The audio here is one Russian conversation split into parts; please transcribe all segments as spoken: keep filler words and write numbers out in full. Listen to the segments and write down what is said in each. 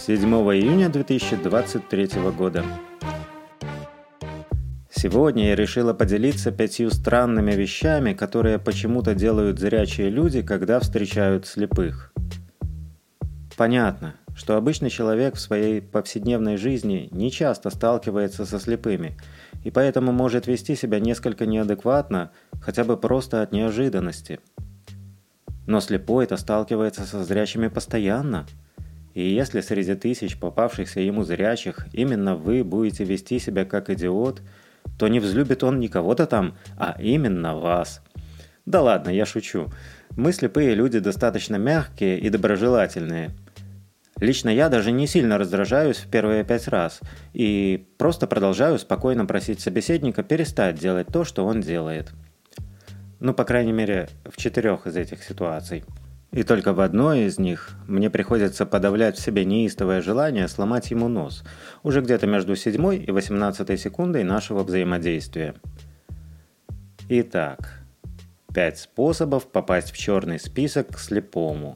седьмого июня две тысячи двадцать третьего года. Сегодня я решила поделиться пятью странными вещами, которые почему-то делают зрячие люди, когда встречают слепых. Понятно, что обычный человек в своей повседневной жизни не часто сталкивается со слепыми, и поэтому может вести себя несколько неадекватно, хотя бы просто от неожиданности. Но слепой-то сталкивается со зрячими постоянно. И если среди тысяч попавшихся ему зрячих именно вы будете вести себя как идиот, то не взлюбит он не кого-то там, а именно вас. Да ладно, я шучу. Мы, слепые люди, достаточно мягкие и доброжелательные. Лично я даже не сильно раздражаюсь в первые пять раз и просто продолжаю спокойно просить собеседника перестать делать то, что он делает. Ну, по крайней мере, в четырех из этих ситуаций. И только в одной из них мне приходится подавлять в себе неистовое желание сломать ему нос, уже где-то между седьмой и восемнадцатой секундой нашего взаимодействия. Итак, пять способов попасть в черный список к слепому.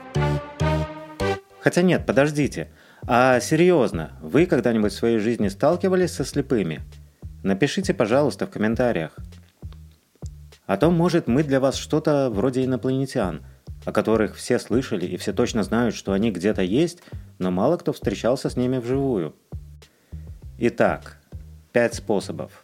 Хотя нет, подождите. А серьезно, вы когда-нибудь в своей жизни сталкивались со слепыми? Напишите, пожалуйста, в комментариях. А то, может, мы для вас что-то вроде инопланетян, о которых все слышали и все точно знают, что они где-то есть, но мало кто встречался с ними вживую. Итак, пять способов.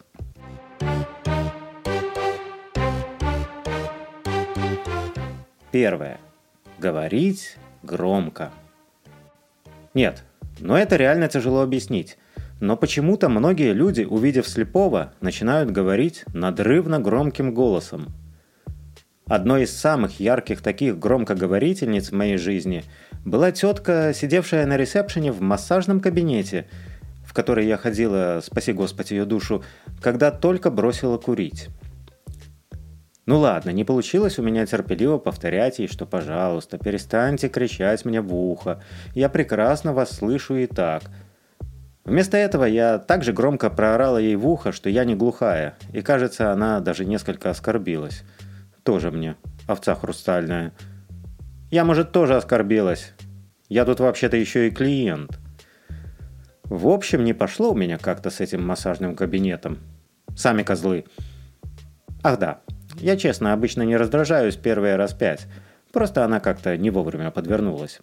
Первое. Говорить громко. Нет, но это реально тяжело объяснить. Но почему-то многие люди, увидев слепого, начинают говорить надрывно громким голосом. Одной из самых ярких таких громкоговорительниц в моей жизни была тетка, сидевшая на ресепшене в массажном кабинете, в который я ходила, спаси Господь ее душу, когда только бросила курить. Ну ладно, не получилось у меня терпеливо повторять ей, что, пожалуйста, перестаньте кричать мне в ухо, я прекрасно вас слышу и так. Вместо этого я так же громко проорала ей в ухо, что я не глухая, и, кажется, она даже несколько оскорбилась. Тоже мне, овца хрустальная. Я, может, тоже оскорбилась. Я тут вообще-то еще и клиент. В общем, не пошло у меня как-то с этим массажным кабинетом. Сами козлы. Ах да, я честно обычно не раздражаюсь первые раз пять. Просто она как-то не вовремя подвернулась.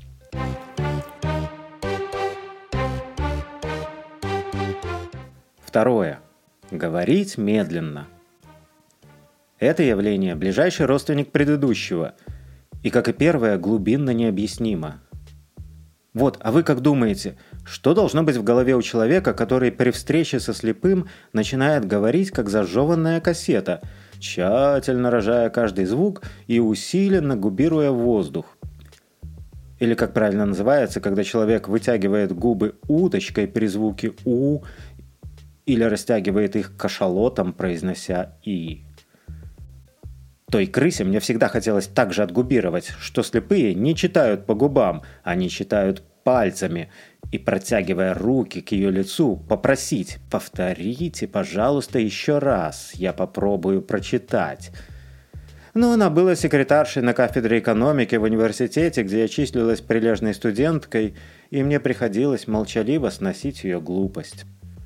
Второе. Говорить медленно. Это явление – ближайший родственник предыдущего, и, как и первое, глубинно необъяснимо. Вот, а вы как думаете, что должно быть в голове у человека, который при встрече со слепым начинает говорить, как зажеванная кассета, тщательно рожая каждый звук и усиленно губируя воздух? Или, как правильно называется, когда человек вытягивает губы уточкой при звуке «у» или растягивает их кашалотом, произнося «и». Той крысе мне всегда хотелось так же отгубировать, что слепые не читают по губам, они читают пальцами, и, протягивая руки к ее лицу, попросить «повторите, пожалуйста, еще раз, я попробую прочитать». Но она была секретаршей на кафедре экономики в университете, где я числилась прилежной студенткой, и мне приходилось молчаливо сносить ее глупость.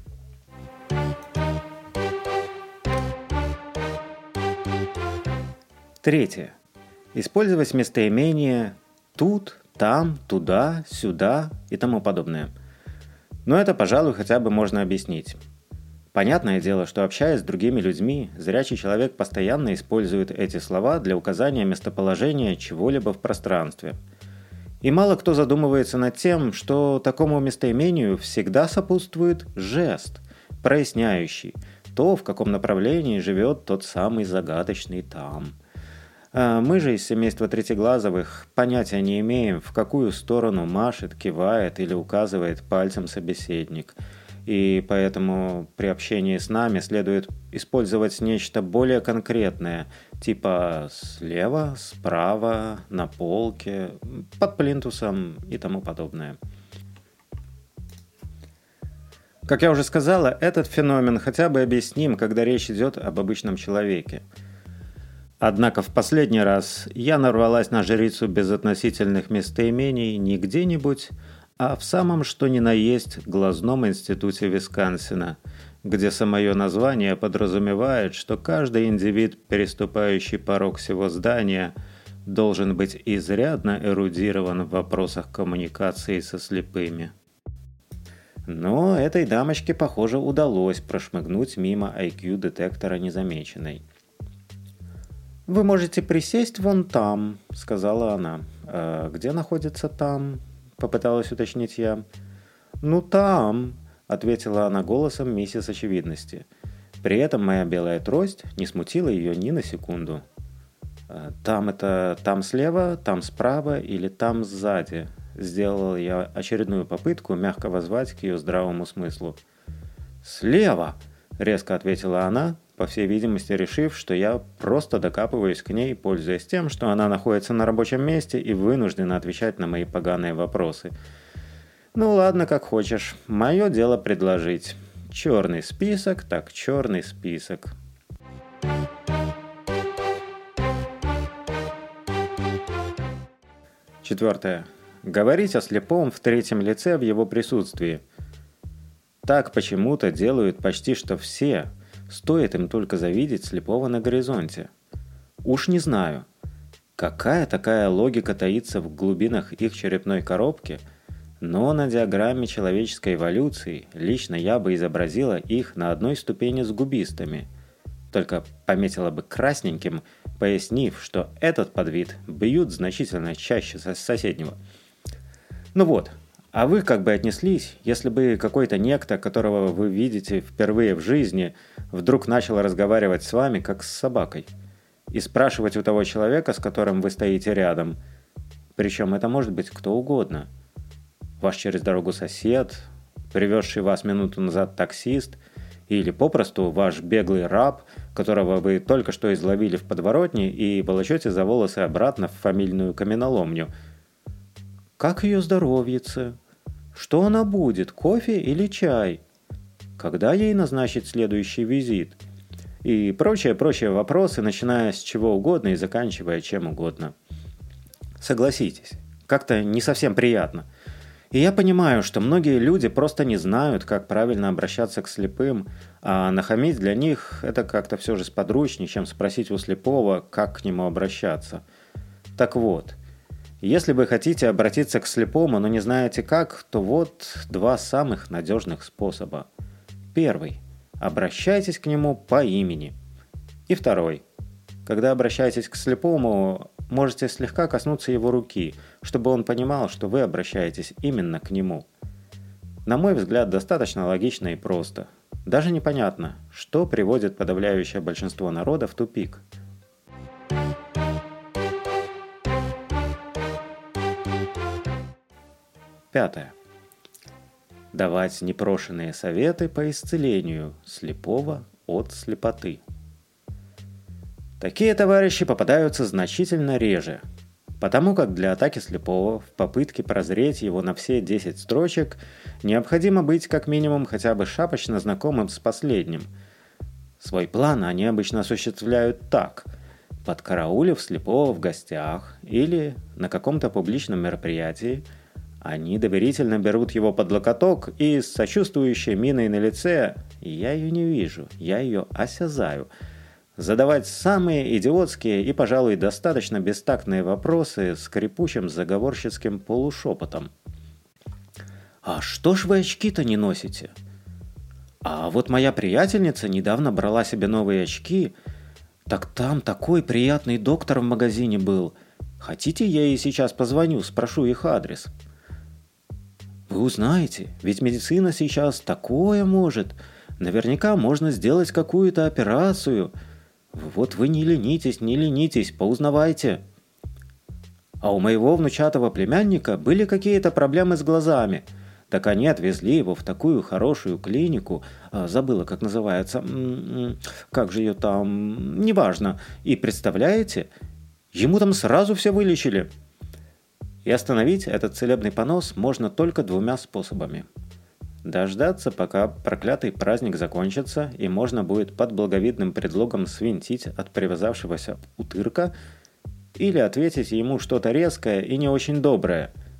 Третье. Использовать местоимения «тут», «там», «туда», «сюда» и тому подобное. Но это, пожалуй, хотя бы можно объяснить. Понятное дело, что, общаясь с другими людьми, зрячий человек постоянно использует эти слова для указания местоположения чего-либо в пространстве. И мало кто задумывается над тем, что такому местоимению всегда сопутствует жест, проясняющий то, в каком направлении живет тот самый загадочный «там». Мы же из семейства Третьеглазовых понятия не имеем, в какую сторону машет, кивает или указывает пальцем собеседник. И поэтому при общении с нами следует использовать нечто более конкретное, типа слева, справа, на полке, под плинтусом и тому подобное. Как я уже сказала, этот феномен хотя бы объясним, когда речь идет об обычном человеке. Однако в последний раз я нарвалась на жрицу безотносительных местоимений не где-нибудь, а в самом что ни на есть глазном институте Висконсина, где самое название подразумевает, что каждый индивид, переступающий порог сего здания, должен быть изрядно эрудирован в вопросах коммуникации со слепыми. Но этой дамочке, похоже, удалось прошмыгнуть мимо ай кью-детектора незамеченной. «Вы можете присесть вон там», — сказала она. «А где находится там?» — попыталась уточнить я. «Ну там», — ответила она голосом миссис Очевидности. При этом моя белая трость не смутила ее ни на секунду. «Там это там слева, там справа или там сзади?» Сделал я очередную попытку мягко воззвать к ее здравому смыслу. «Слева!» — резко ответила она, по всей видимости решив, что я просто докапываюсь к ней, пользуясь тем, что она находится на рабочем месте и вынуждена отвечать на мои поганые вопросы. «Ну ладно, как хочешь. Мое дело предложить. Черный список, так черный список». Четвертое. Говорить о слепом в третьем лице в его присутствии. Так почему-то делают почти что все, стоит им только завидеть слепого на горизонте. Уж не знаю, какая такая логика таится в глубинах их черепной коробки, но на диаграмме человеческой эволюции лично я бы изобразила их на одной ступени с губистами, только пометила бы красненьким, пояснив, что этот подвид бьют значительно чаще со соседнего. Ну вот, а вы как бы отнеслись, если бы какой-то некто, которого вы видите впервые в жизни, вдруг начал разговаривать с вами, как с собакой, и спрашивать у того человека, с которым вы стоите рядом, причем это может быть кто угодно, ваш через дорогу сосед, привезший вас минуту назад таксист, или попросту ваш беглый раб, которого вы только что изловили в подворотне и волочете за волосы обратно в фамильную каменоломню. Как ее здоровьице? Что она будет, кофе или чай? Когда ей назначить следующий визит? И прочие-прочие вопросы, начиная с чего угодно и заканчивая чем угодно. Согласитесь, как-то не совсем приятно. И я понимаю, что многие люди просто не знают, как правильно обращаться к слепым, а нахамить для них это как-то все же сподручнее, чем спросить у слепого, как к нему обращаться. Так вот, если вы хотите обратиться к слепому, но не знаете как, то вот два самых надежных способа. Первый. Обращайтесь к нему по имени. И второй. Когда обращаетесь к слепому, можете слегка коснуться его руки, чтобы он понимал, что вы обращаетесь именно к нему. На мой взгляд, достаточно логично и просто. Даже непонятно, что приводит подавляющее большинство народа в тупик. Пятое. Давать непрошенные советы по исцелению слепого от слепоты. Такие товарищи попадаются значительно реже, потому как для атаки слепого в попытке прозреть его на все десять строчек необходимо быть как минимум хотя бы шапочно знакомым с последним. Свой план они обычно осуществляют так: подкараулив слепого в гостях или на каком-то публичном мероприятии, они доверительно берут его под локоток и с сочувствующей миной на лице «я ее не вижу, я ее осязаю», задавать самые идиотские и, пожалуй, достаточно бестактные вопросы скрипучим заговорщицким полушепотом. «А что ж вы очки-то не носите? А вот моя приятельница недавно брала себе новые очки, так там такой приятный доктор в магазине был. Хотите, я ей сейчас позвоню, спрошу их адрес?» Вы узнаете, ведь медицина сейчас такое может. Наверняка можно сделать какую-то операцию. Вот вы не ленитесь, не ленитесь, поузнавайте. А у моего внучатого племянника были какие-то проблемы с глазами. Так они отвезли его в такую хорошую клинику, забыла, как называется, как же ее там, неважно. И представляете, ему там сразу все вылечили. И остановить этот целебный понос можно только двумя способами. Дождаться, пока проклятый праздник закончится, и можно будет под благовидным предлогом свинтить от привязавшегося утырка, или ответить ему что-то резкое и не очень доброе,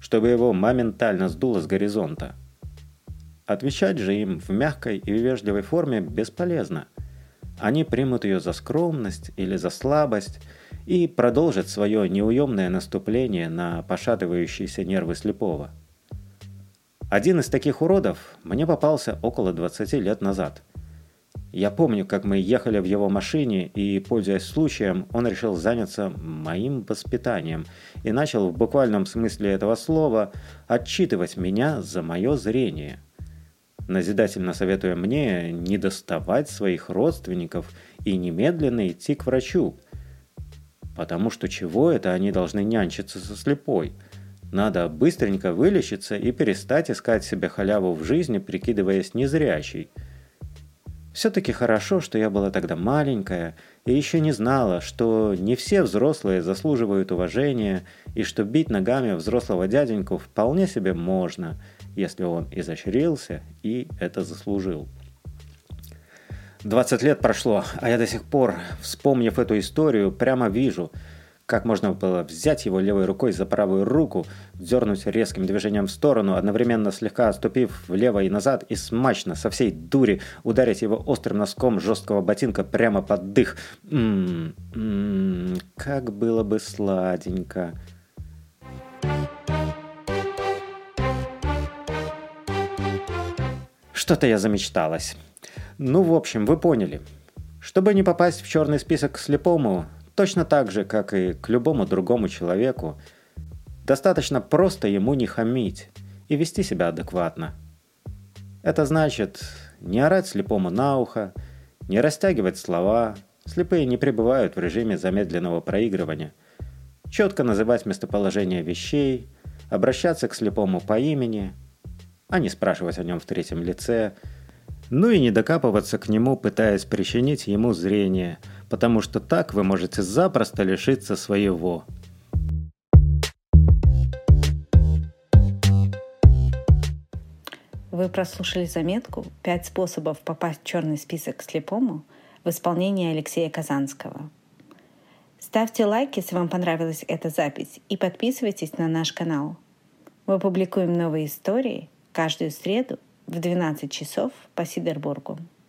чтобы его моментально сдуло с горизонта. Отвечать же им в мягкой и вежливой форме бесполезно. Они примут ее за скромность или за слабость и продолжат свое неуемное наступление на пошатывающиеся нервы слепого. Один из таких уродов мне попался около двадцати лет назад. Я помню, как мы ехали в его машине, и, пользуясь случаем, он решил заняться моим воспитанием и начал в буквальном смысле этого слова отчитывать меня за мое зрение, назидательно советуя мне не доставать своих родственников и немедленно идти к врачу, потому что чего это они должны нянчиться со слепой? Надо быстренько вылечиться и перестать искать себе халяву в жизни, прикидываясь незрячей. Все-таки хорошо, что я была тогда маленькая и еще не знала, что не все взрослые заслуживают уважения и что бить ногами взрослого дяденьку вполне себе можно, если он изощрился и это заслужил. двадцать лет прошло, а я до сих пор, вспомнив эту историю, прямо вижу, как можно было взять его левой рукой за правую руку, дернуть резким движением в сторону, одновременно слегка отступив влево и назад, и смачно, со всей дури, ударить его острым носком жесткого ботинка прямо под дых. Ммм, ммм, как было бы сладенько. Что-то я замечталась. Ну, в общем, вы поняли. Чтобы не попасть в черный список к слепому, точно так же, как и к любому другому человеку, достаточно просто ему не хамить и вести себя адекватно. Это значит не орать слепому на ухо, не растягивать слова, слепые не пребывают в режиме замедленного проигрывания, четко называть местоположение вещей, обращаться к слепому по имени, а не спрашивать о нем в третьем лице, ну и не докапываться к нему, пытаясь причинить ему зрение, потому что так вы можете запросто лишиться своего. Вы прослушали заметку «Пять способов попасть в черный список к слепому» в исполнении Алексея Казанского. Ставьте лайк, если вам понравилась эта запись, и подписывайтесь на наш канал. Мы публикуем новые истории каждую среду в двенадцать часов по Сидербургу.